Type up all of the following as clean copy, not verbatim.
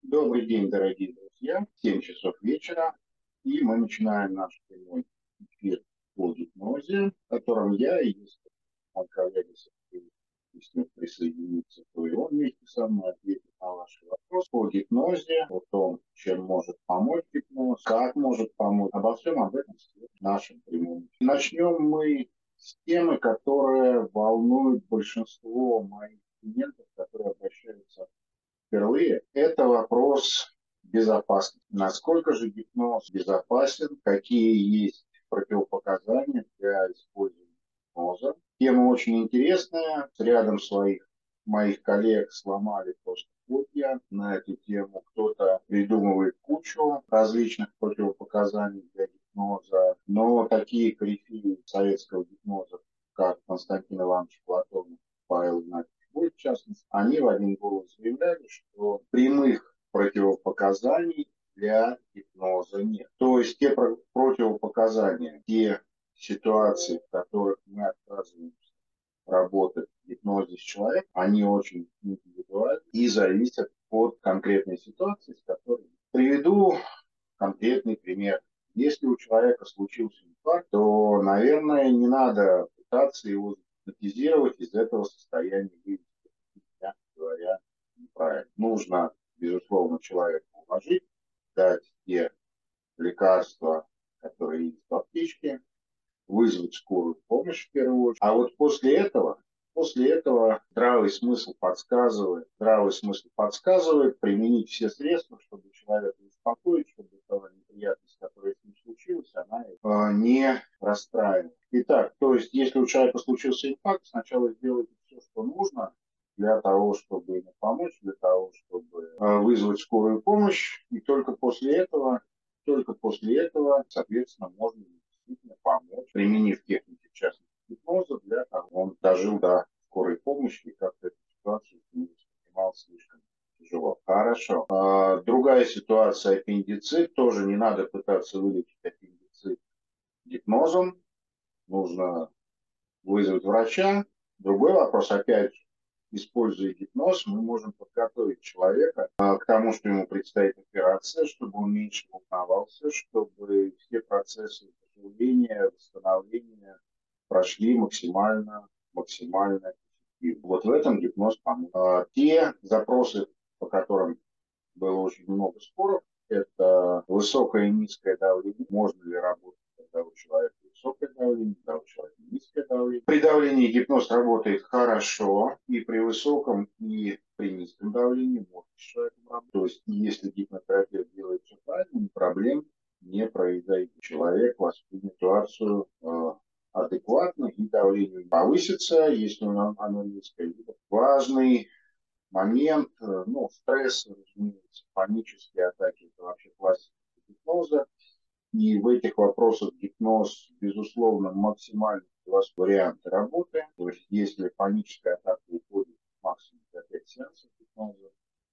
Добрый день, дорогие друзья. 7 часов вечера, и мы начинаем наш прямой эфир по гипнозе, в котором я и если мой коллега Сергей присоединится, то и он вместе со мной ответит на ваши вопросы по гипнозе, о том, чем может помочь гипноз, как может помочь. Обо всем об этом в нашем прямом эфире. Начнем мы с темы, которая волнует большинство моих клиентов, которые обращаются впервые, это вопрос безопасности. Насколько же гипноз безопасен, какие есть противопоказания для использования гипноза. Тема очень интересная. Рядом моих коллег сломали просто копья на эту тему. Кто-то придумывает кучу различных противопоказаний для гипноза, но такие корифеи советского гипноза, как Константин Иванович Платонов, Павел Игнатьевич, в частности, они в один голос заявляли, что прямых противопоказаний для гипноза нет. То есть те противопоказания, те ситуации, в которых мы отказываемся работать в гипнозе с человеком, они очень индивидуальны и зависят от конкретной ситуации, с которой. Приведу конкретный пример. Если у человека случился инфаркт, то, наверное, не надо пытаться его гипнотизировать, из этого состояния вывести, мягко говоря, неправильно. Нужно, безусловно, человека уложить, дать те лекарства, которые есть в аптечке, вызвать скорую помощь в первую очередь. А вот после этого здравый смысл подсказывает применить все средства, чтобы человека успокоить, чтобы эта неприятность, которая с ним случилась, она не расстраивала. Итак, то есть, если у человека случился инфаркт, сначала сделайте все, что нужно для того, чтобы ему помочь, для того, чтобы вызвать скорую помощь, и только после этого, соответственно, можно действительно помочь, применив техники, в частности, гипноза, для того, чтобы он дожил до скорой помощи и как-то эту ситуацию не воспринимал слишком тяжело. Хорошо. Другая ситуация — аппендицит. Тоже не надо пытаться вылечить аппендицит гипнозом. Нужно вызвать врача. Другой вопрос, опять же, используя гипноз, мы можем подготовить человека к тому, что ему предстоит операция, чтобы он меньше волновался, чтобы все процессы заживления, восстановления прошли максимально эффективно. Вот в этом гипноз поможет. Те запросы, по которым было очень много споров, это высокое и низкое давление. Можно ли работать, когда у человека высокое давление, когда у человека низкое давление. При давлении гипноз работает хорошо, и при высоком, и при низком давлении можно с человеком работать. То есть, если гипнотерапевт делает все правильно, проблем не произойдет. Человек воспримет ситуацию адекватно, и давление повысится, если оно низкое. Важный момент, стресс, разумеется, панические атаки — это вообще классика гипноза. И в этих вопросах гипноз, безусловно, максимально варианты работы. То есть, если паническая атака уходит максимум за 5 сеансов гипноза,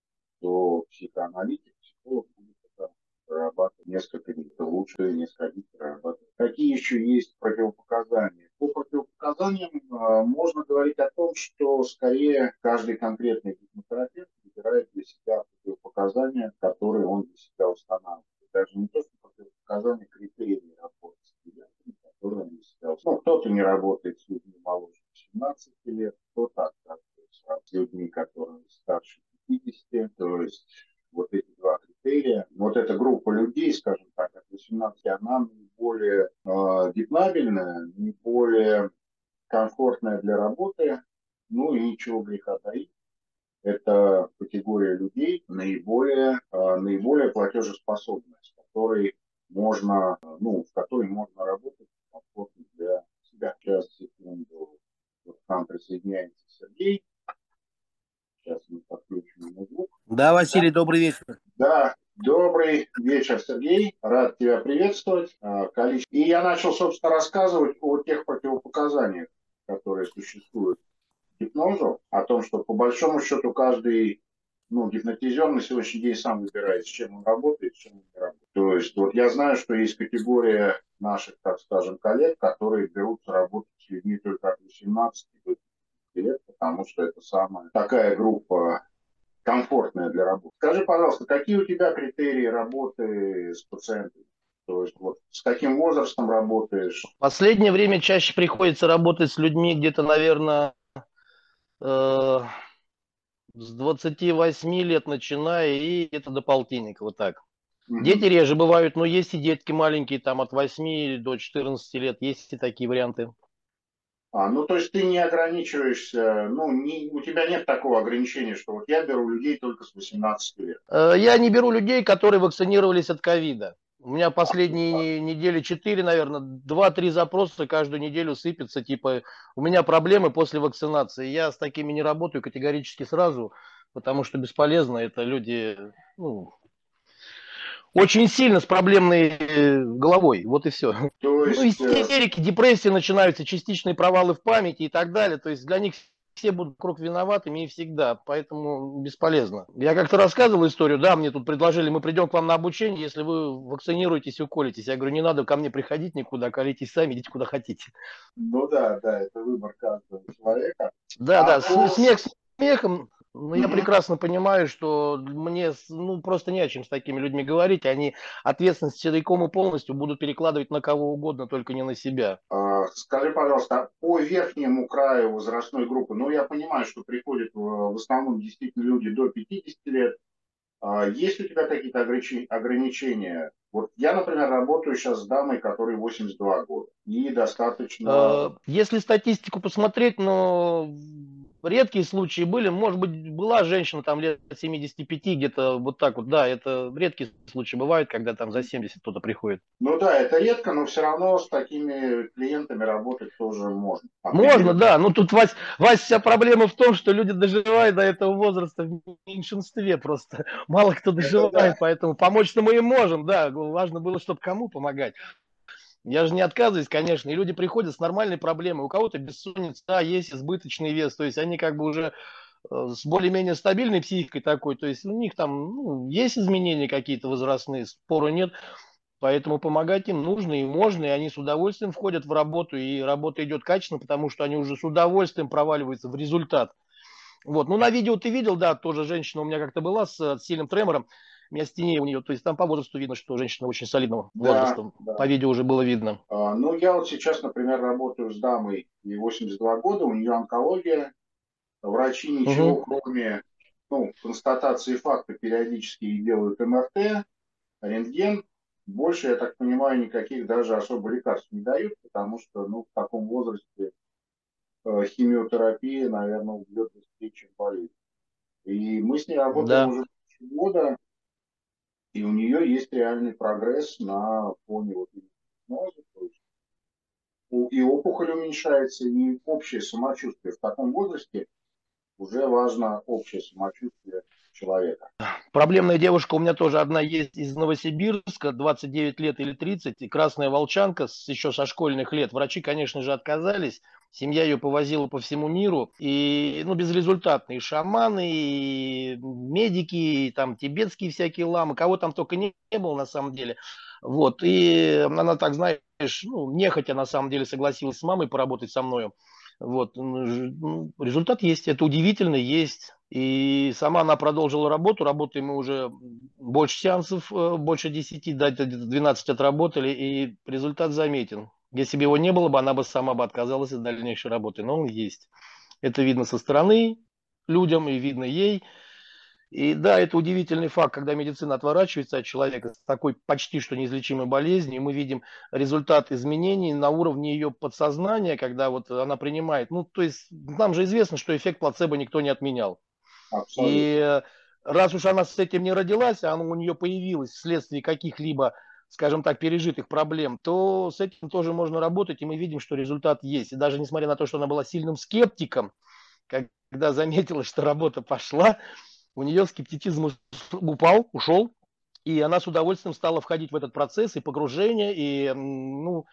то психоаналитик, психолог будет это прорабатывать несколько дней. Это лучше не сходить прорабатывать. Какие еще есть противопоказания? По противопоказаниям можно говорить о том, что скорее каждый конкретный гипнотерапевт выбирает для себя противопоказания, которые он для себя устанавливает. Даже не то, что противопоказания, критерии работы с клиентами, которые он для себя устанавливает. Кто-то не работает с людьми моложе 18 лет, кто-то отказывается с людьми, которые старше 50, то есть вот эти два критерия. Вот эта группа людей, скажем так, от 18, она наиболее гипнабельная, наиболее комфортная для работы, ну и ничего греха таить. Это категория людей наиболее платежеспособная, в которой можно работать комфортно для себя. Сейчас, секунду, вот к нам присоединяется Сергей. Сейчас мы подключим ему звук. Да, Василий, добрый вечер. Да, добрый вечер, Сергей. Рад тебя приветствовать. И я начал, собственно, рассказывать о тех противопоказаниях, которые существуют к гипнозу, о том, что по большому счету каждый гипнотизер на сегодняшний день сам выбирает, с чем он работает, с чем он не работает. То есть вот я знаю, что есть категория наших, так скажем, коллег, которые берутся работать с людьми только от 18 до 50 лет, потому что это самая такая группа комфортная для работы. Скажи, пожалуйста, какие у тебя критерии работы с пациентами? То есть вот с каким возрастом работаешь? В последнее время чаще приходится работать с людьми где-то, наверное, с 28 лет начиная и где-то до полтинника, вот так. Дети Мгм. реже бывают, но есть и детки маленькие, там от 8 до 14 лет, есть и такие варианты. Ну, то есть ты не ограничиваешься, ну, у тебя нет такого ограничения, что вот я беру людей только с 18 лет. Я не беру людей, которые вакцинировались от ковида. У меня А, последние недели 4, наверное, 2-3 запроса каждую неделю сыпятся, типа, у меня проблемы после вакцинации. Я с такими не работаю категорически сразу, потому что бесполезно. Это люди, ну, очень сильно с проблемной головой, вот и все. то Ну, есть, истерики, депрессии начинаются, частичные провалы в памяти и так далее. То есть для них все будут вокруг виноватыми и всегда, поэтому бесполезно. Я как-то рассказывал историю, да, мне тут предложили, мы придем к вам на обучение, если вы вакцинируетесь и уколитесь. Я говорю, не надо ко мне приходить никуда, колитесь сами, идите куда хотите. ну да, да, это выбор каждого человека. Да, А да, по... смех смехом, но я Мгм. прекрасно понимаю, что мне ну, просто не о чем с такими людьми говорить. Они ответственность целиком и полностью будут перекладывать на кого угодно, только не на себя. Скажи, пожалуйста, по верхнему краю возрастной группы, ну, я понимаю, что приходят в основном действительно люди до 50 лет. Есть у тебя какие-то ограничения? Вот я, например, работаю сейчас с дамой, которой 82 года. И достаточно... Если статистику посмотреть, но редкие случаи были. Может быть, была женщина там лет 75, где-то вот так вот. Да, это редкие случаи бывают, когда там за 70 кто-то приходит. Ну да, это редко, но все равно с такими клиентами работать тоже можно. Можно, Определенно. да. Ну тут, Вась, вся проблема в том, что люди доживают до этого возраста в меньшинстве просто. Мало кто Это да. доживает, поэтому помочь-то мы им можем, да. Важно было, чтобы кому помогать. Я же не отказываюсь, конечно. И люди приходят с нормальной проблемой. У кого-то бессонница, да, есть избыточный вес. То есть они как бы уже с более-менее стабильной психикой такой. То есть у них там ну, есть изменения какие-то возрастные, спору нет. Поэтому помогать им нужно и можно, и они с удовольствием входят в работу, и работа идет качественно, потому что они уже с удовольствием проваливаются в результат. Вот. Ну, на видео ты видел, да, тоже женщина у меня как-то была с сильным тремором, миостения у нее, то есть там по возрасту видно, что женщина очень солидного Да, возраста, по да. видео уже было видно. Ну, я вот сейчас, например, работаю с дамой, ей 82 года, у нее онкология. Врачи Угу. ничего, кроме констатации факта, периодически ей делают МРТ, рентген. Больше, я так понимаю, никаких даже особо лекарств не дают, потому что в таком возрасте химиотерапия, наверное, убьет быстрее, чем болезнь. И мы с ней работаем Да. уже больше года, и у нее есть реальный прогресс на фоне вот гипноза, то есть и опухоль уменьшается, и общее самочувствие в таком возрасте уже важно общее самочувствие человека. Проблемная девушка у меня тоже одна есть из Новосибирска, 29 лет или 30, и красная волчанка еще со школьных лет. Врачи, конечно же, отказались. Семья ее повозила по всему миру, и, ну, безрезультатно. И шаманы, и медики, и там тибетские всякие ламы, кого там только не было на самом деле. Вот, и она так, знаешь, ну, нехотя на самом деле согласилась с мамой поработать со мной. Вот, ну, результат есть, это удивительно, есть. И сама она продолжила работу, работаем мы уже больше сеансов, больше 10, да, где-то 12 отработали, и результат заметен. Если бы его не было бы, она бы сама бы отказалась от дальнейшей работы, но он есть. Это видно со стороны людям и видно ей. И да, это удивительный факт, когда медицина отворачивается от человека с такой почти что неизлечимой болезнью, и мы видим результат изменений на уровне ее подсознания, когда вот она принимает. Ну, то есть нам же известно, что эффект плацебо никто не отменял. Абсолютно. И раз уж она с этим не родилась, а оно у нее появилось вследствие каких-либо, скажем так, пережитых проблем, то с этим тоже можно работать, и мы видим, что результат есть. И даже несмотря на то, что она была сильным скептиком, когда заметила, что работа пошла, у нее скептицизм упал, ушел, и она с удовольствием стала входить в этот процесс и погружение, и ну,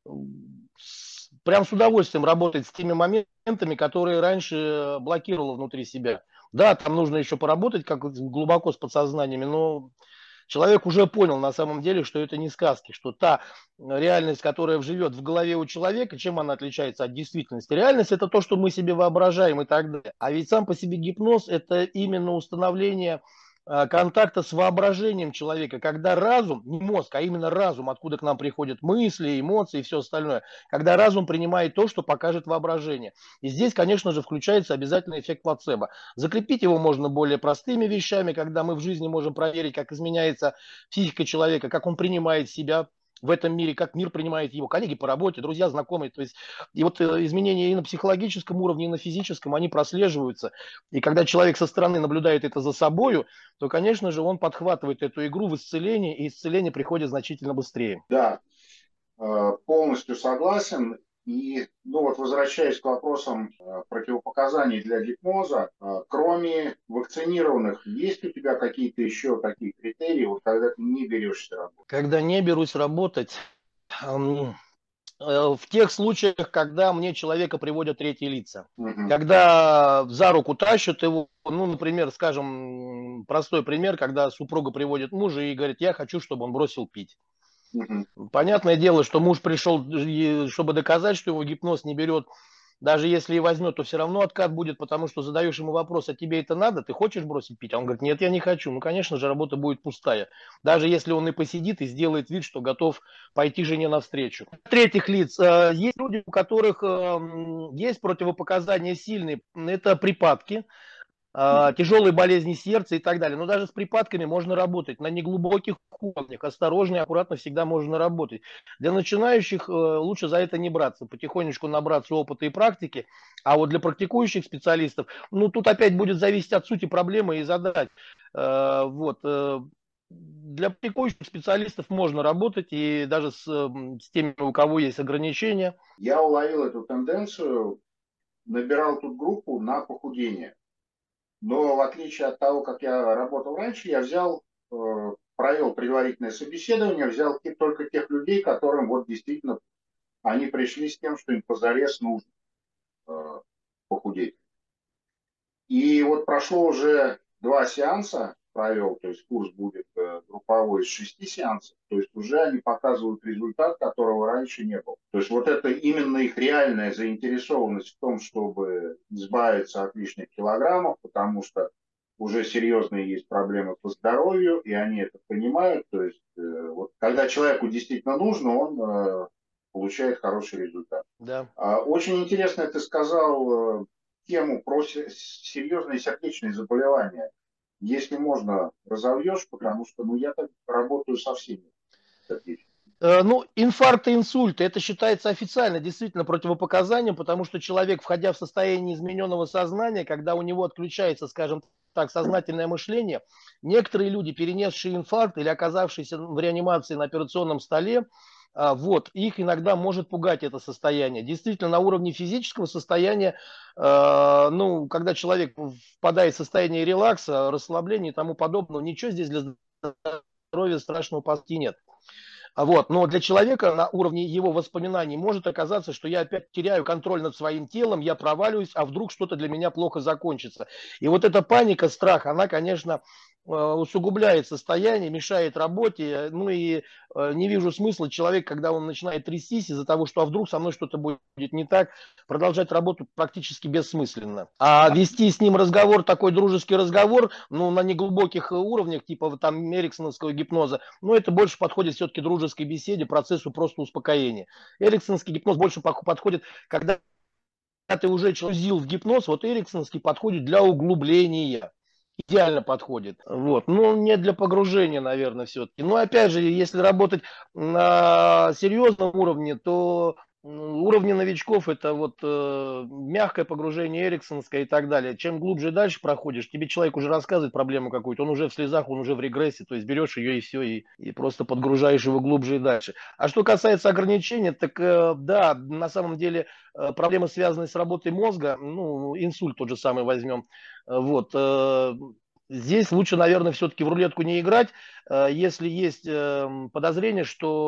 прям с удовольствием работать с теми моментами, которые раньше блокировала внутри себя. Да, там нужно еще поработать как глубоко с подсознаниями, но человек уже понял на самом деле, что это не сказки, что та реальность, которая живет в голове у человека, чем она отличается от действительности? Реальность – это то, что мы себе воображаем и так далее. А ведь сам по себе гипноз – это именно установление контакта с воображением человека, когда разум, не мозг, а именно разум, откуда к нам приходят мысли, эмоции и все остальное, когда разум принимает то, что покажет воображение. И здесь, конечно же, включается обязательно эффект плацебо. Закрепить его можно более простыми вещами, когда мы в жизни можем проверить, как изменяется психика человека, как он принимает себя в этом мире, как мир принимает его, коллеги по работе, друзья, знакомые. То есть, и вот изменения и на психологическом уровне, и на физическом, они прослеживаются. И когда человек со стороны наблюдает это за собою, то, конечно же, он подхватывает эту игру в исцеление, и исцеление приходит значительно быстрее. Да, полностью согласен. И, ну вот, возвращаясь к вопросам противопоказаний для гипноза, кроме вакцинированных, есть у тебя какие-то еще такие критерии, вот когда ты не берешься работать? Когда не берусь работать, в тех случаях, когда мне человека приводят третьи лица. Угу, Когда за руку тащат его, ну, например, скажем, простой пример, когда супруга приводит мужа и говорит, я хочу, чтобы он бросил пить. угу. Понятное дело, что муж пришел, чтобы доказать, что его гипноз не берет. Даже если и возьмет, то все равно откат будет, потому что задаешь ему вопрос, а тебе это надо, ты хочешь бросить пить? А он говорит, нет, я не хочу. Ну, конечно же, работа будет пустая. Даже если он и посидит и сделает вид, что готов пойти жене навстречу. Третьих лиц. Есть люди, у которых есть противопоказания сильные. Это припадки, тяжелые болезни сердца и так далее. Но даже с припадками можно работать на неглубоких уровнях. Осторожно и аккуратно всегда можно работать. Для начинающих лучше за это не браться. Потихонечку набраться опыта и практики. А вот для практикующих специалистов, ну, тут опять будет зависеть от сути проблемы и задач. Вот. Для практикующих специалистов можно работать, и даже с теми, у кого есть ограничения. Я уловил эту тенденцию, набирал тут группу на похудение. Но в отличие от того, как я работал раньше, я провел предварительное собеседование, взял только тех людей, которым вот действительно они пришли с тем, что им позарез нужно похудеть. И вот прошло уже 2 сеанса, провел, то есть курс будет групповой из 6 сеансов, то есть уже они показывают результат, которого раньше не было. То есть вот это именно их реальная заинтересованность в том, чтобы избавиться от лишних килограммов, потому что уже серьезные есть проблемы по здоровью, и они это понимают. То есть вот когда человеку действительно нужно, он получает хороший результат. Да. Очень интересно ты сказал тему про серьезные сердечные заболевания. Если можно, разовьешь, потому что ну, я так работаю со всеми сердечными. Ну, инфаркт и инсульт, это считается официально действительно противопоказанием, потому что человек, входя в состояние измененного сознания, когда у него отключается, скажем так, сознательное мышление, некоторые люди, перенесшие инфаркт или оказавшиеся в реанимации на операционном столе, вот, их иногда может пугать это состояние. Действительно, на уровне физического состояния, ну, когда человек впадает в состояние релакса, расслабления и тому подобного, ничего здесь для здоровья страшного почти нет. Вот. Но для человека на уровне его воспоминаний может оказаться, что я опять теряю контроль над своим телом, я проваливаюсь, а вдруг что-то для меня плохо закончится. И вот эта паника, страх, она, конечно, усугубляет состояние, мешает работе. Ну и не вижу смысла человек, когда он начинает трястись из-за того, что а вдруг со мной что-то будет не так, продолжать работу практически бессмысленно. А вести с ним разговор, такой дружеский разговор, ну, на неглубоких уровнях, типа там эриксоновского гипноза, ну, это больше подходит все-таки дружеской беседе, процессу просто успокоения. Эриксонский гипноз больше подходит, когда ты уже человек в гипноз, вот эриксонский подходит для углубления. Идеально подходит. Вот. Ну, не для погружения, наверное, все-таки. Но опять же, если работать на серьезном уровне, то уровни новичков это вот мягкое погружение эриксонское и так далее. Чем глубже дальше проходишь, тебе человек уже рассказывает проблему какую-то, он уже в слезах, он уже в регрессе, то есть берешь ее и все, и просто подгружаешь его глубже и дальше. А что касается ограничений, так да, на самом деле проблемы, связанные с работой мозга, ну, инсульт тот же самый возьмем, вот. Здесь лучше, наверное, все-таки в рулетку не играть, если есть подозрение,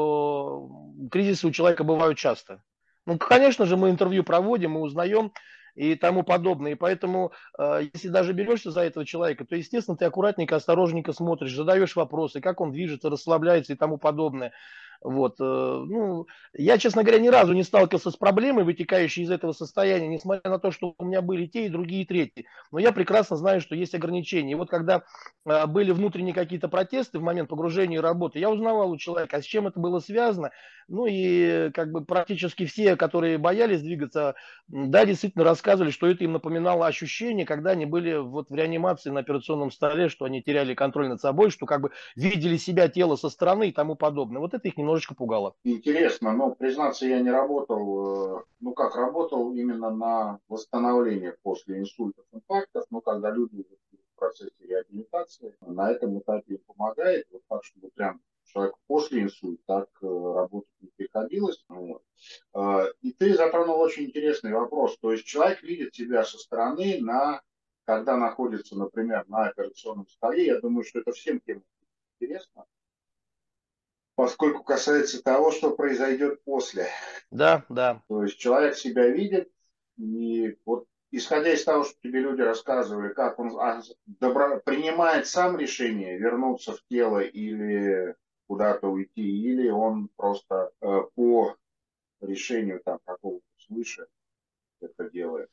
что кризисы у человека бывают часто. Ну, конечно же, мы интервью проводим, мы узнаем, и тому подобное. И поэтому, если даже берешься за этого человека, то, естественно, ты аккуратненько, осторожненько смотришь, задаешь вопросы, как он движется, расслабляется и тому подобное. Вот, ну, я, честно говоря, ни разу не сталкивался с проблемой, вытекающей из этого состояния, несмотря на то, что у меня были те и другие, и третьи. Но я прекрасно знаю, что есть ограничения. И вот когда были внутренние какие-то протесты в момент погружения и работы, я узнавал у человека, а с чем это было связано. Ну и как бы практически все, которые боялись двигаться, да, действительно рассказывали, что это им напоминало ощущение, когда они были вот в реанимации на операционном столе, что они теряли контроль над собой, что как бы видели себя, тело со стороны и тому подобное. Вот это их немножечко пугало. Интересно, но, признаться, я не работал, ну как, работал именно на восстановление после инсультов, инфарктов, но когда люди в процессе реабилитации, на этом этапе им помогает, вот так, чтобы прям человек после инсульта так работать не приходилось. Вот. И ты затронул очень интересный вопрос, то есть человек видит себя со стороны, когда находится, например, на операционном столе, я думаю, что это всем тем интересно, поскольку касается того, что произойдет после. Да, да. То есть человек себя видит, и вот исходя из того, что тебе люди рассказывали, как он принимает сам решение вернуться в тело или куда-то уйти, или он просто по решению там какого-то свыше это делает.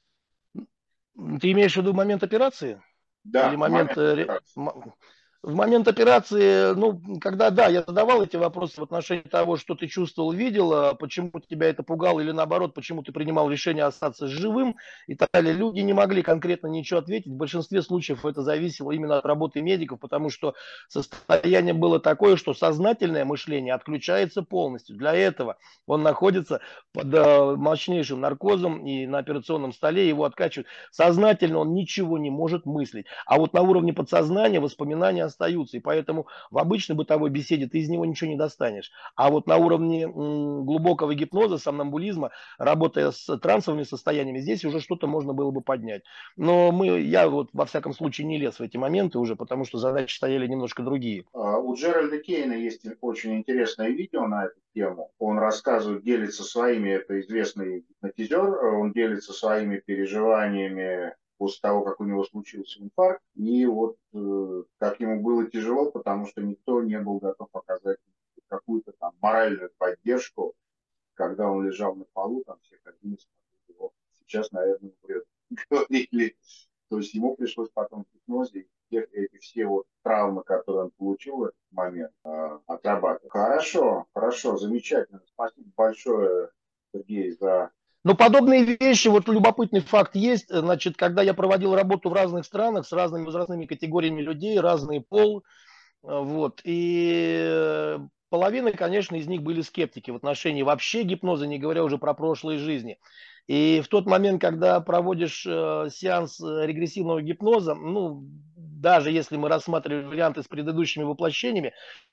Ты имеешь в виду момент операции? Или Да, в момент момент операции. в момент операции, ну, когда, да, я задавал эти вопросы в отношении того, что ты чувствовал, видел, почему тебя это пугало, или наоборот, почему ты принимал решение остаться живым и так далее. Люди не могли конкретно ничего ответить. В большинстве случаев это зависело именно от работы медиков, потому что состояние было такое, что сознательное мышление отключается полностью. Для этого он находится под мощнейшим наркозом и на операционном столе его откачивают. Сознательно он ничего не может мыслить. А вот на уровне подсознания воспоминания остаются. И поэтому в обычной бытовой беседе ты из него ничего не достанешь. А вот на уровне глубокого гипноза, сомнамбулизма, работая с трансовыми состояниями, здесь уже что-то можно было бы поднять. Но я вот во всяком случае не лез в эти моменты уже, потому что задачи стояли немножко другие. У Джеральда Кейна есть очень интересное видео на эту тему. Он рассказывает, делится своими, это известный гипнотизер, он делится своими переживаниями после того, как у него случился инфаркт. И вот как ему было тяжело, потому что никто не был готов оказать какую-то там моральную поддержку, когда он лежал на полу, там все ходили, смотрели его. Сейчас, наверное, умрет. Говорили. То есть ему пришлось потом в гипнозе эти все вот травмы, которые он получил в этот момент, отрабатывать. Хорошо, хорошо, замечательно. Спасибо большое, Сергей, за... Но подобные вещи, вот любопытный факт есть, значит, когда я проводил работу в разных странах с разными возрастными категориями людей, разный пол, вот, и половина, конечно, из них были скептики в отношении вообще гипноза, не говоря уже про прошлые жизни. И в тот момент, когда проводишь сеанс регрессивного гипноза, ну, даже если мы рассматриваем варианты с предыдущими воплощениями,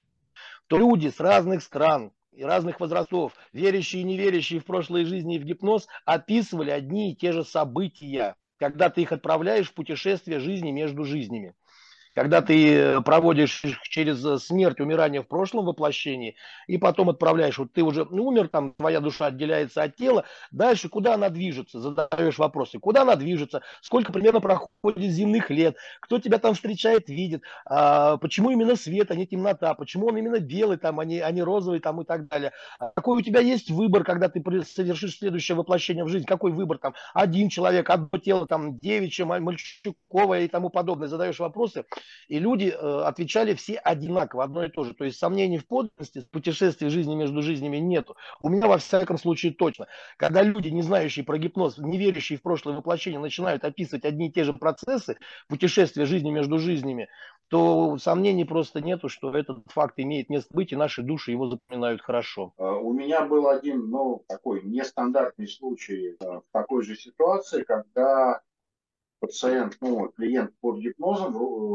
то люди с разных стран и разных возрастов, верящие и не верящие в прошлые жизни и в гипноз, описывали одни и те же события, когда ты их отправляешь в путешествие жизни между жизнями. Когда ты проводишь их через смерть, умирание в прошлом воплощении, и потом отправляешь, вот ты уже умер, там твоя душа отделяется от тела, дальше куда она движется, задаешь вопросы, куда она движется, сколько примерно проходит земных лет, кто тебя там встречает, видит, почему именно свет, а не темнота, почему он именно белый, там, а не розовый там, и так далее. Какой у тебя есть выбор, когда ты совершишь следующее воплощение в жизнь, какой выбор там, один человек, одно тело, там, девичье, мальчуковое и тому подобное, задаешь вопросы, и люди отвечали все одинаково, одно и то же. То есть сомнений в подлинности, путешествий жизни между жизнями нету. У меня во всяком случае точно. Когда люди, не знающие про гипноз, не верящие в прошлое воплощение, начинают описывать одни и те же процессы, путешествия жизни между жизнями, то сомнений просто нету, что этот факт имеет место быть, и наши души его запоминают хорошо. У меня был один, ну, такой нестандартный случай в такой же ситуации, когда пациент, ну, клиент под гипнозом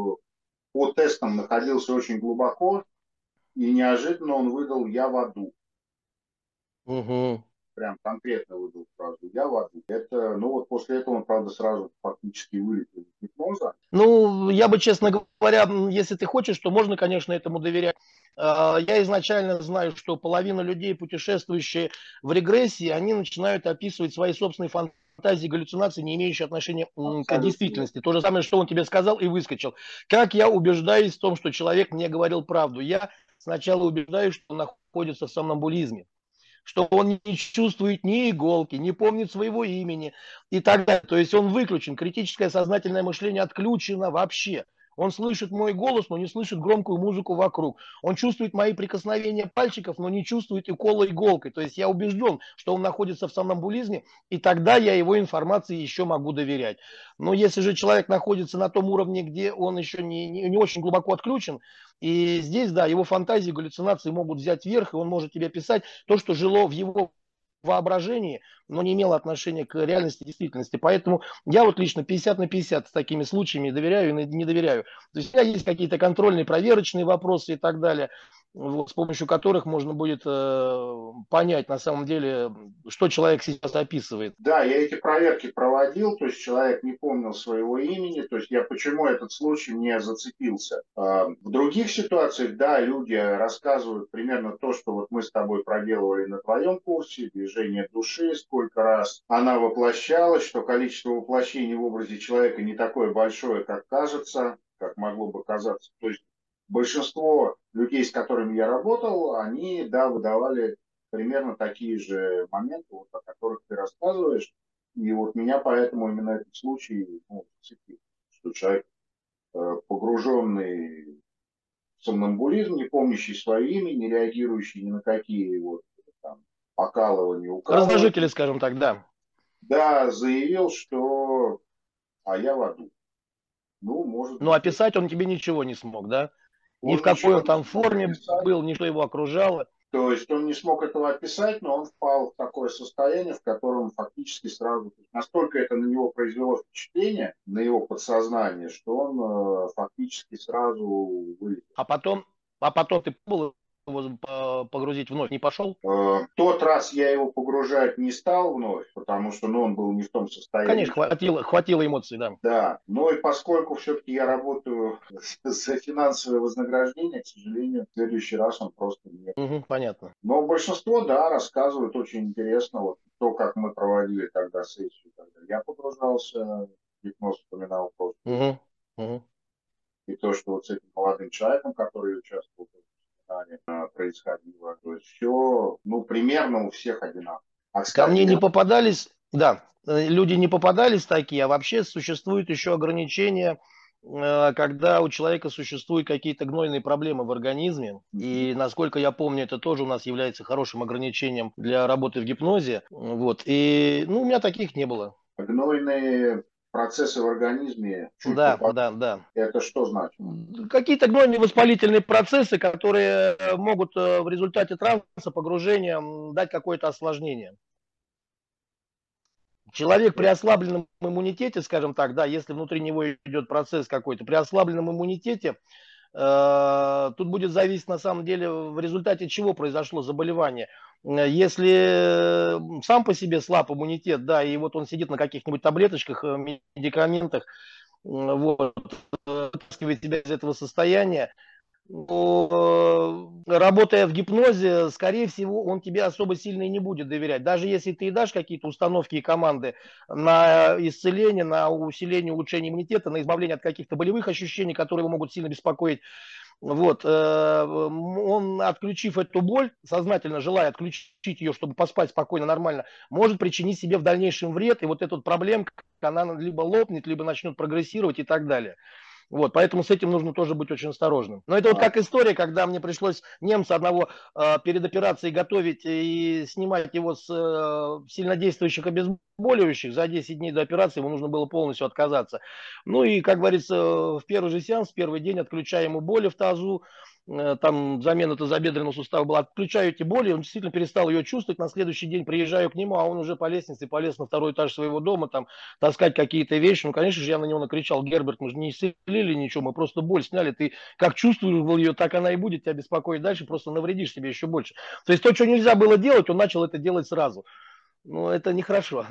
по тестам находился очень глубоко, и неожиданно он выдал «я в аду». Угу. Прям конкретно выдал фразу «я в аду». Это, ну вот после этого он, правда, сразу фактически вылетел из гипноза. Ну, я бы, честно говоря, если ты хочешь, то можно, конечно, этому доверять. Я изначально знаю, что половина людей, путешествующие в регрессии, они начинают описывать свои собственные фантазии фантазии, галлюцинации, не имеющие отношения к Абсолютно верно. действительности. То же самое, что он тебе сказал и выскочил. Как я убеждаюсь в том, что человек мне говорил правду? Я сначала убеждаюсь, что он находится в сомнамбулизме, что он не чувствует ни иголки, не помнит своего имени и так далее. То есть он выключен, критическое сознательное мышление отключено вообще. Он слышит мой голос, но не слышит громкую музыку вокруг. Он чувствует мои прикосновения пальчиков, но не чувствует укола иголкой. То есть я убежден, что он находится в сомнамбулизме, и тогда я его информации еще могу доверять. Но если же человек находится на том уровне, где он еще не очень глубоко отключен, и здесь, да, его фантазии, галлюцинации могут взять верх, и он может тебе писать то, что жило в его воображении, но не имело отношения к реальности, действительности. Поэтому я вот лично 50 на 50 с такими случаями доверяю и не доверяю. То есть у меня есть какие-то контрольные, проверочные вопросы и так далее, вот, с помощью которых можно будет понять на самом деле, что человек сейчас описывает. Да, я эти проверки проводил, то есть человек не помнил своего имени, то есть я почему этот случай не зацепился. В других ситуациях, да, люди рассказывают примерно то, что вот мы с тобой проделывали на твоем курсе, движение души, сколько раз она воплощалась, что количество воплощений в образе человека не такое большое, как кажется, как могло бы казаться. То есть большинство людей, с которыми я работал, они, да, выдавали примерно такие же моменты, вот, о которых ты рассказываешь. И вот меня поэтому именно этот случай, ну, зацепил, что человек, погруженный в сомнамбулизм, не помнящий свое имя, не реагирующий ни на какие вот там покалывания, Раздражители, укалывания, скажем так, да. да, заявил, что я в аду. Ну, может Но быть, это... описать он тебе ничего не смог, да? Ни в Он какой ничего он не там смог форме описать. был, ни что его окружало. То есть он не смог этого описать, но он впал в такое состояние, в котором фактически сразу, настолько это на него произвело впечатление, на его подсознание, что он фактически сразу вылез. А потом, а потом ты пробовал его погрузить вновь, не пошел? Тот раз я его погружать не стал вновь, потому что ну, он был не в том Конечно, состоянии. хватило эмоций, да. Да, но и поскольку все-таки я работаю за финансовое вознаграждение, к сожалению, в следующий раз он просто не... Мгм, понятно. Но большинство, да, рассказывают очень интересно, вот то, как мы проводили тогда сессию, когда я погружался в гипноз, вспоминал просто, Мгм, мгм. и то, что вот с этим молодым человеком, который участвовал в воспоминании, происходило. То есть все, ну, примерно у всех одинаково. А, Ко кстати, мне не попадались, да, люди не попадались такие, а вообще существует еще ограничение, когда у человека существуют какие-то гнойные проблемы в организме. И, насколько я помню, это тоже у нас является хорошим ограничением для работы в гипнозе. Вот. И, ну, у меня таких не было. гнойные процессы в организме чуть Да, попадают. да, да. Это что значит? Какие-то гнойные воспалительные процессы, которые могут в результате транса, погружения дать какое-то осложнение. Человек при ослабленном иммунитете, скажем так, да, если внутри него идет процесс какой-то, при ослабленном иммунитете, тут будет зависеть на самом деле в результате чего произошло заболевание. Если сам по себе слаб иммунитет, да, и вот он сидит на каких-нибудь таблеточках, медикаментах, вот, вытаскивает себя из этого состояния, работая в гипнозе, скорее всего, он тебе особо сильно и не будет доверять. Даже если ты и дашь какие-то установки и команды на исцеление, на усиление, улучшение иммунитета, на избавление от каких-то болевых ощущений, которые его могут сильно беспокоить, вот, он, отключив эту боль, сознательно желая отключить ее, чтобы поспать спокойно, нормально, может причинить себе в дальнейшем вред, и вот эта проблемка, она либо лопнет, либо начнет прогрессировать и так далее. Вот, поэтому с этим нужно тоже быть очень осторожным. Но это вот А, как история, когда мне пришлось немца одного перед операцией готовить и снимать его с сильнодействующих обезболивающих. За 10 дней до операции ему нужно было полностью отказаться. Ну и, как говорится, в первый же сеанс, в первый день отключаем ему боли в тазу, там замена тазобедренного сустава была, отключаю эти боли, он действительно перестал ее чувствовать. На следующий день приезжаю к нему, а он уже по лестнице полез на второй этаж своего дома, там таскать какие-то вещи. Ну, конечно же, я на него накричал: Герберт, мы же не исцелили ничего, мы просто боль сняли. Ты как чувствовал ее, так она и будет тебя беспокоить дальше, просто навредишь себе еще больше. То есть то, что нельзя было делать, он начал это делать сразу. Ну, это нехорошо.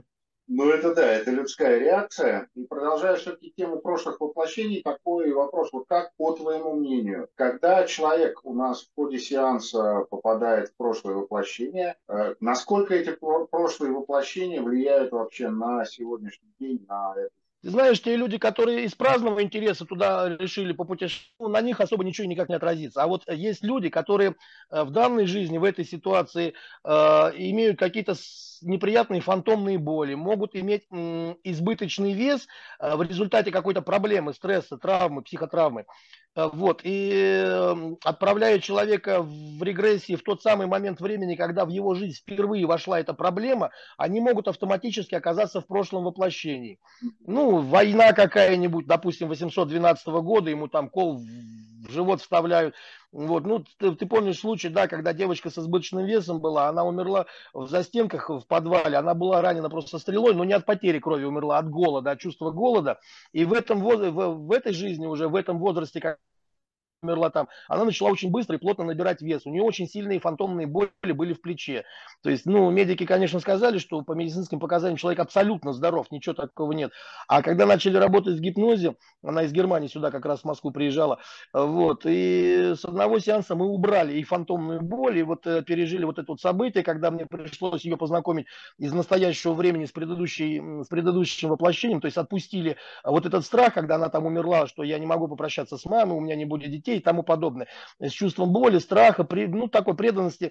Ну, это да, это людская реакция. И продолжая все-таки тему прошлых воплощений, такой вопрос, вот как, по твоему мнению, когда человек у нас в ходе сеанса попадает в прошлое воплощение, насколько эти прошлые воплощения влияют вообще на сегодняшний день, на это? Ты знаешь, те люди, которые из праздного интереса туда решили попутешествовать, ну, на них особо ничего никак не отразится. А вот есть люди, которые в данной жизни, в этой ситуации имеют какие-то неприятные фантомные боли, могут иметь избыточный вес в результате какой-то проблемы, стресса, травмы, психотравмы. Вот, и отправляют человека в регрессии в тот самый момент времени, когда в его жизнь впервые вошла эта проблема, они могут автоматически оказаться в прошлом воплощении. Ну, война какая-нибудь, допустим, 812 года, ему там кол в живот вставляют. Вот, ну, ты помнишь случай, да, когда девочка с избыточным весом была, она умерла в застенках в подвале, она была ранена просто стрелой, но не от потери крови умерла, от голода, от чувства голода. И в этой жизни уже, в этом возрасте, умерла там, она начала очень быстро и плотно набирать вес. У нее очень сильные фантомные боли были в плече. То есть, ну, медики, конечно, сказали, что по медицинским показаниям человек абсолютно здоров, ничего такого нет. А когда начали работать в гипнозе, она из Германии сюда как раз в Москву приезжала, вот, и с одного сеанса мы убрали и фантомную боль, и вот пережили вот это вот событие, когда мне пришлось ее познакомить из настоящего времени с предыдущим воплощением, то есть отпустили вот этот страх, когда она там умерла, что я не могу попрощаться с мамой, у меня не будет детей и тому подобное. С чувством боли, страха, ну, такой преданности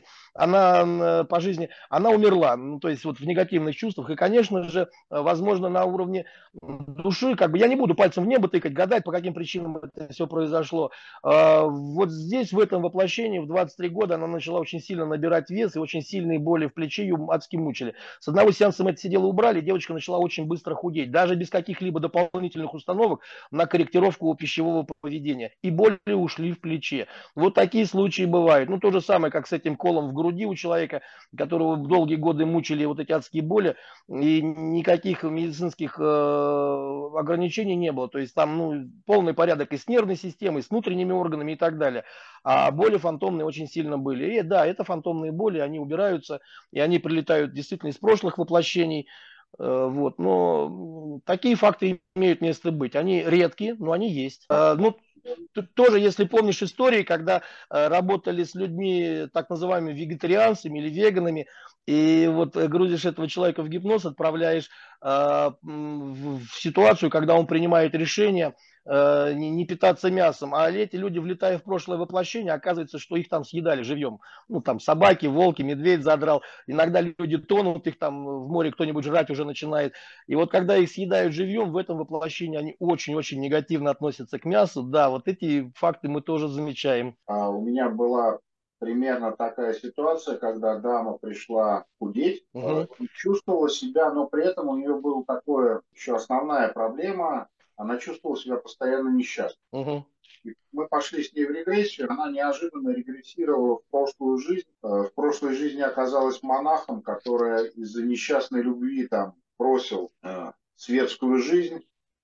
она по жизни, она умерла, ну, то есть вот в негативных чувствах. И, конечно же, возможно, на уровне души, как бы я не буду пальцем в небо тыкать, гадать, по каким причинам это все произошло. Вот здесь, в этом воплощении, в 23 года, она начала очень сильно набирать вес, и очень сильные боли в плече ее адски мучили. С одного сеанса мы это сидело убрали, девочка начала очень быстро худеть, даже без каких-либо дополнительных установок на корректировку пищевого поведения. И боли ушли в плече. Вот такие случаи бывают. Ну, то же самое, как с этим колом в груди у человека, которого долгие годы мучили вот эти адские боли, и никаких медицинских ограничений не было. То есть там, ну, полный порядок и с нервной системой, и с внутренними органами и так далее. А боли фантомные очень сильно были. И да, это фантомные боли, они убираются, и они прилетают действительно из прошлых воплощений. Вот. Но такие факты имеют место быть. Они редкие, но они есть. Ну, тут тоже, если помнишь истории, когда работали с людьми, так называемыми вегетарианцами или веганами, и вот грузишь этого человека в гипноз, отправляешь в ситуацию, когда он принимает решение не питаться мясом, а эти люди, влетая в прошлое воплощение, оказывается, что их там съедали живьем. Ну, там собаки, волки, медведь задрал. Иногда люди тонут, их там в море кто-нибудь жрать уже начинает. И вот когда их съедают живьем, в этом воплощении они очень-очень негативно относятся к мясу. Да, вот эти факты мы тоже замечаем. У меня была примерно такая ситуация, когда дама пришла худеть, Угу, чувствовала себя, но при этом у нее была такое еще основная проблема, она чувствовала себя постоянно несчастной. угу, И мы пошли с ней в регрессию, она неожиданно регрессировала в прошлую жизнь. В прошлой жизни оказалась монахом, которая из-за несчастной любви там бросил светскую жизнь,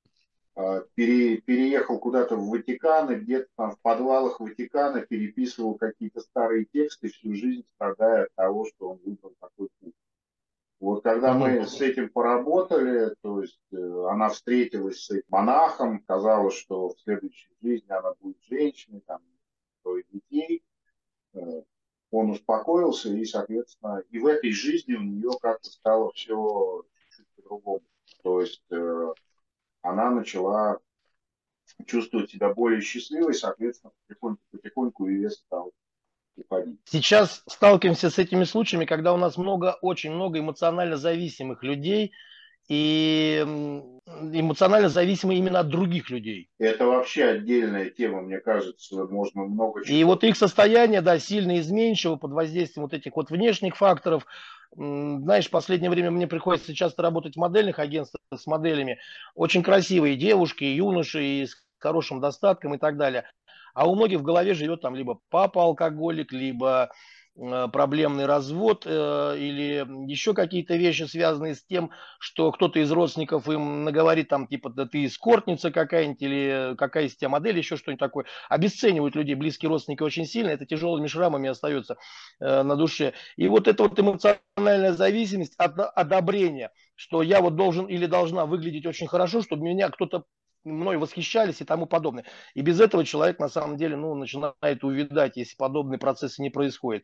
переехал куда-то в Ватикан, и где-то там в подвалах Ватикана переписывал какие-то старые тексты, всю жизнь страдая от того, что он выбрал такой путь. Вот когда угу. мы с этим поработали, то есть она встретилась с этим монахом, казалось, что в следующей жизни она будет женщиной, там, строить детей, э, он успокоился, и, соответственно, и в этой жизни у нее как-то стало все чуть-чуть по-другому. То есть она начала чувствовать себя более счастливой, соответственно, потихоньку и вес стал уходить. Сейчас сталкиваемся с этими случаями, когда у нас много, очень много эмоционально зависимых людей, и эмоционально зависимы именно от других людей. Это вообще отдельная тема, мне кажется, можно много И часов. вот их состояние, да, сильно изменчиво под воздействием вот этих вот внешних факторов. Знаешь, в последнее время мне приходится часто работать в модельных агентствах с моделями. Очень красивые девушки, юноши и с хорошим достатком и так далее. А у многих в голове живет там либо папа алкоголик, либо проблемный развод или еще какие-то вещи, связанные с тем, что кто-то из родственников им наговорит там, типа, да ты эскортница какая-нибудь или какая из тебя модель, еще что-нибудь такое. Обесценивают людей, близкие родственники очень сильно, это тяжелыми шрамами остается на душе. И вот эта вот эмоциональная зависимость от одобрения, что я вот должен или должна выглядеть очень хорошо, чтобы меня кто-то мной восхищались и тому подобное. И без этого человек на самом деле ну, начинает увядать, если подобные процессы не происходят.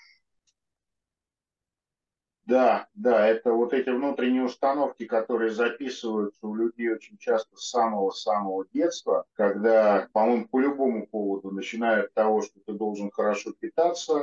Да, да, это вот эти внутренние установки, которые записываются у людей очень часто с самого-самого детства, когда, по-моему, по любому поводу, начиная от того, что ты должен хорошо питаться,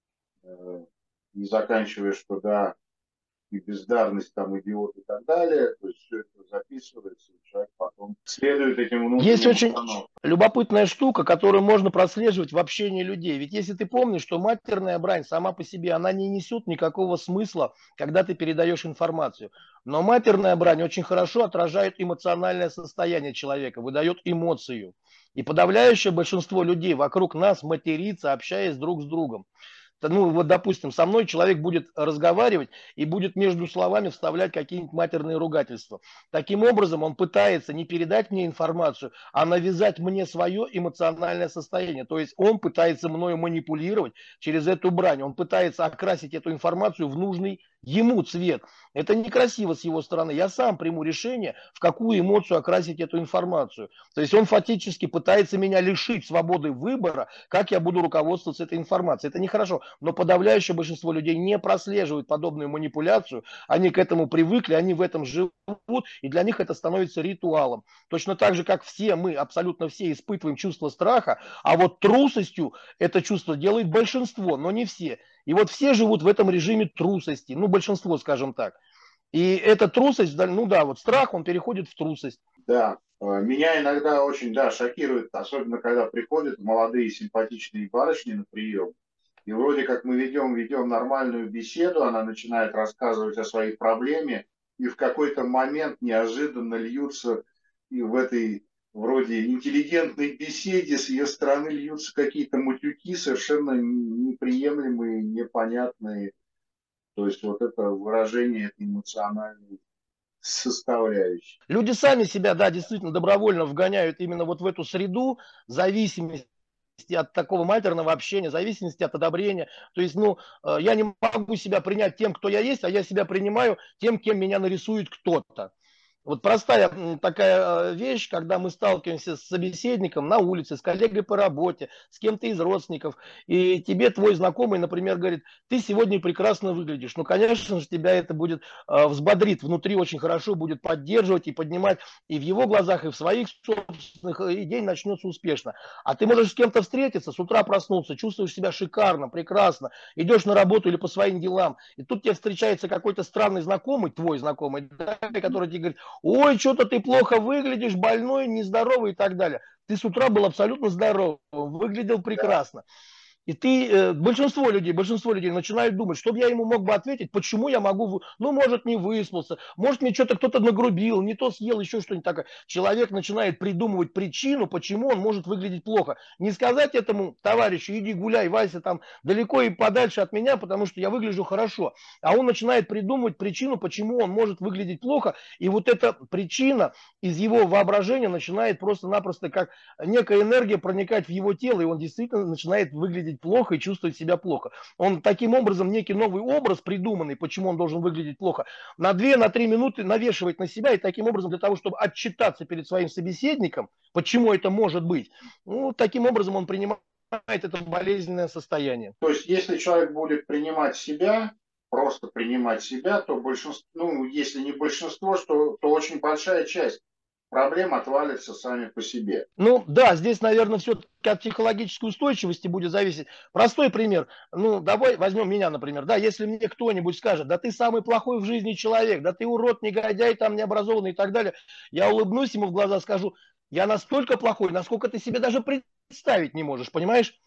и заканчивая, что да, и бездарность, там, идиот и так далее, то есть все это записывается, и человек потом следует этим Есть внутренним очень установкам. любопытная штука, которую можно прослеживать в общении людей. Ведь если ты помнишь, что матерная брань сама по себе, она не несет никакого смысла, когда ты передаешь информацию. Но матерная брань очень хорошо отражает эмоциональное состояние человека, выдает эмоцию. И подавляющее большинство людей вокруг нас матерится, общаясь друг с другом. Ну, вот, допустим, со мной человек будет разговаривать и будет между словами вставлять какие-нибудь матерные ругательства. Таким образом, он пытается не передать мне информацию, а навязать мне свое эмоциональное состояние. То есть он пытается мною манипулировать через эту брань. Он пытается окрасить эту информацию в нужный ему цвет. Это некрасиво с его стороны. Я сам приму решение, в какую эмоцию окрасить эту информацию. То есть он фактически пытается меня лишить свободы выбора, как я буду руководствоваться этой информацией. Это нехорошо. Но подавляющее большинство людей не прослеживают подобную манипуляцию. Они к этому привыкли, они в этом живут, и для них это становится ритуалом. Точно так же, как все мы, абсолютно все, испытываем чувство страха, а вот трусостью это чувство делает большинство, но не все. И вот все живут в этом режиме трусости, ну, большинство, скажем так. И эта трусость, ну да, вот страх, он переходит в трусость. Да, меня иногда очень, да, шокирует, особенно когда приходят молодые симпатичные барышни на прием, и вроде как мы ведем нормальную беседу, она начинает рассказывать о своей проблеме, и в какой-то момент неожиданно льются и в этой вроде интеллигентной беседе с ее стороны льются какие-то матюки, совершенно неприемлемые, непонятные. То есть вот это выражение этой эмоциональной составляющей. Люди сами себя, да, действительно добровольно вгоняют именно вот в эту среду зависимости от такого матерного общения, зависимости от одобрения. То есть, ну, я не могу себя принять тем, кто я есть, а я себя принимаю тем, кем меня нарисует кто-то. Вот простая такая вещь, когда мы сталкиваемся с собеседником на улице, с коллегой по работе, с кем-то из родственников, и тебе твой знакомый, например, говорит, ты сегодня прекрасно выглядишь. Ну, конечно же, тебя это будет взбодрит, внутри очень хорошо будет поддерживать и поднимать и в его глазах, и в своих собственных, и день начнется успешно. А ты можешь с кем-то встретиться, с утра проснуться, чувствуешь себя шикарно, прекрасно, идешь на работу или по своим делам, и тут тебе встречается какой-то странный знакомый, твой знакомый, да, который тебе говорит, ой, что-то ты плохо выглядишь, больной, нездоровый и так далее. Ты с утра был абсолютно здоров, выглядел прекрасно. И ты, большинство людей начинают думать, что я ему мог бы ответить, почему я могу, ну, может, не выспался, может, мне что-то кто-то нагрубил, не то съел, еще что-нибудь такое. Человек начинает придумывать причину, почему он может выглядеть плохо. Не сказать этому товарищу, иди гуляй, Вася, там, далеко и подальше от меня, потому что я выгляжу хорошо. А он начинает придумывать причину, почему он может выглядеть плохо, и вот эта причина из его воображения начинает просто-напросто как некая энергия проникать в его тело, и он действительно начинает выглядеть плохо и чувствовать себя плохо. Он таким образом некий новый образ придуманный, почему он должен выглядеть плохо, на 2-3 минуты навешивает на себя, и таким образом для того, чтобы отчитаться перед своим собеседником, почему это может быть, ну, таким образом он принимает это болезненное состояние. То есть, если человек будет принимать себя, просто принимать себя, то большинство, ну, если не большинство, то очень большая часть проблем отвалится сами по себе. Ну да, здесь, наверное, все-таки от психологической устойчивости будет зависеть. Простой пример. Ну, давай возьмем меня, например. Да, если мне кто-нибудь скажет, да ты самый плохой в жизни человек, да ты урод, негодяй, там необразованный и так далее, я улыбнусь ему в глаза, скажу, я настолько плохой, насколько ты себе даже представить не можешь, понимаешь?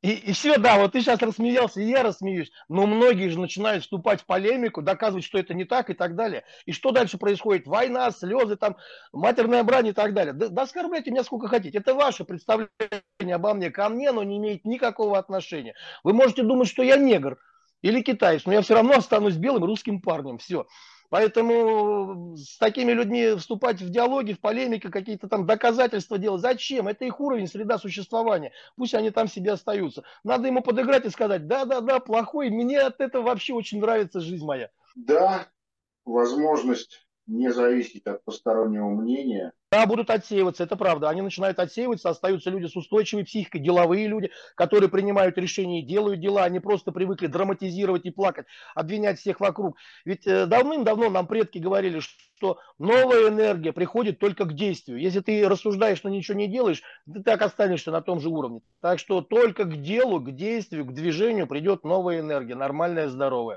И все, да, вот ты сейчас рассмеялся, и я рассмеюсь, но многие же начинают вступать в полемику, доказывать, что это не так и так далее. И что дальше происходит? Война, слезы, там, матерная брань и так далее. Да, да оскорбляйте меня сколько хотите. Это ваше представление обо мне. Ко мне оно не имеет никакого отношения. Вы можете думать, что я негр или китаец, но я все равно останусь белым русским парнем. Все. Поэтому с такими людьми вступать в диалоги, в полемики, какие-то там доказательства делать, зачем? Это их уровень, среда существования. Пусть они там себе остаются. Надо ему подыграть и сказать, да-да-да, плохой, мне от этого вообще очень нравится жизнь моя. Да, возможность не зависеть от постороннего мнения. Да, будут отсеиваться, это правда. Они начинают отсеиваться, остаются люди с устойчивой психикой, деловые люди, которые принимают решения и делают дела. Они просто привыкли драматизировать и плакать, обвинять всех вокруг. Ведь давным-давно нам предки говорили, что новая энергия приходит только к действию. Если ты рассуждаешь, но ничего не делаешь, ты так останешься на том же уровне. Так что только к делу, к действию, к движению придет новая энергия, нормальная, здоровая.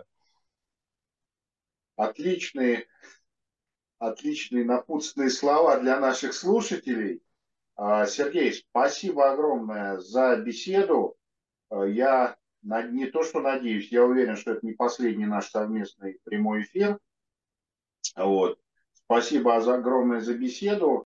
Отличные, отличные напутственные слова для наших слушателей. Сергей, спасибо огромное за беседу. Я не то что надеюсь, я уверен, что это не последний наш совместный прямой эфир. Вот. Спасибо огромное за беседу.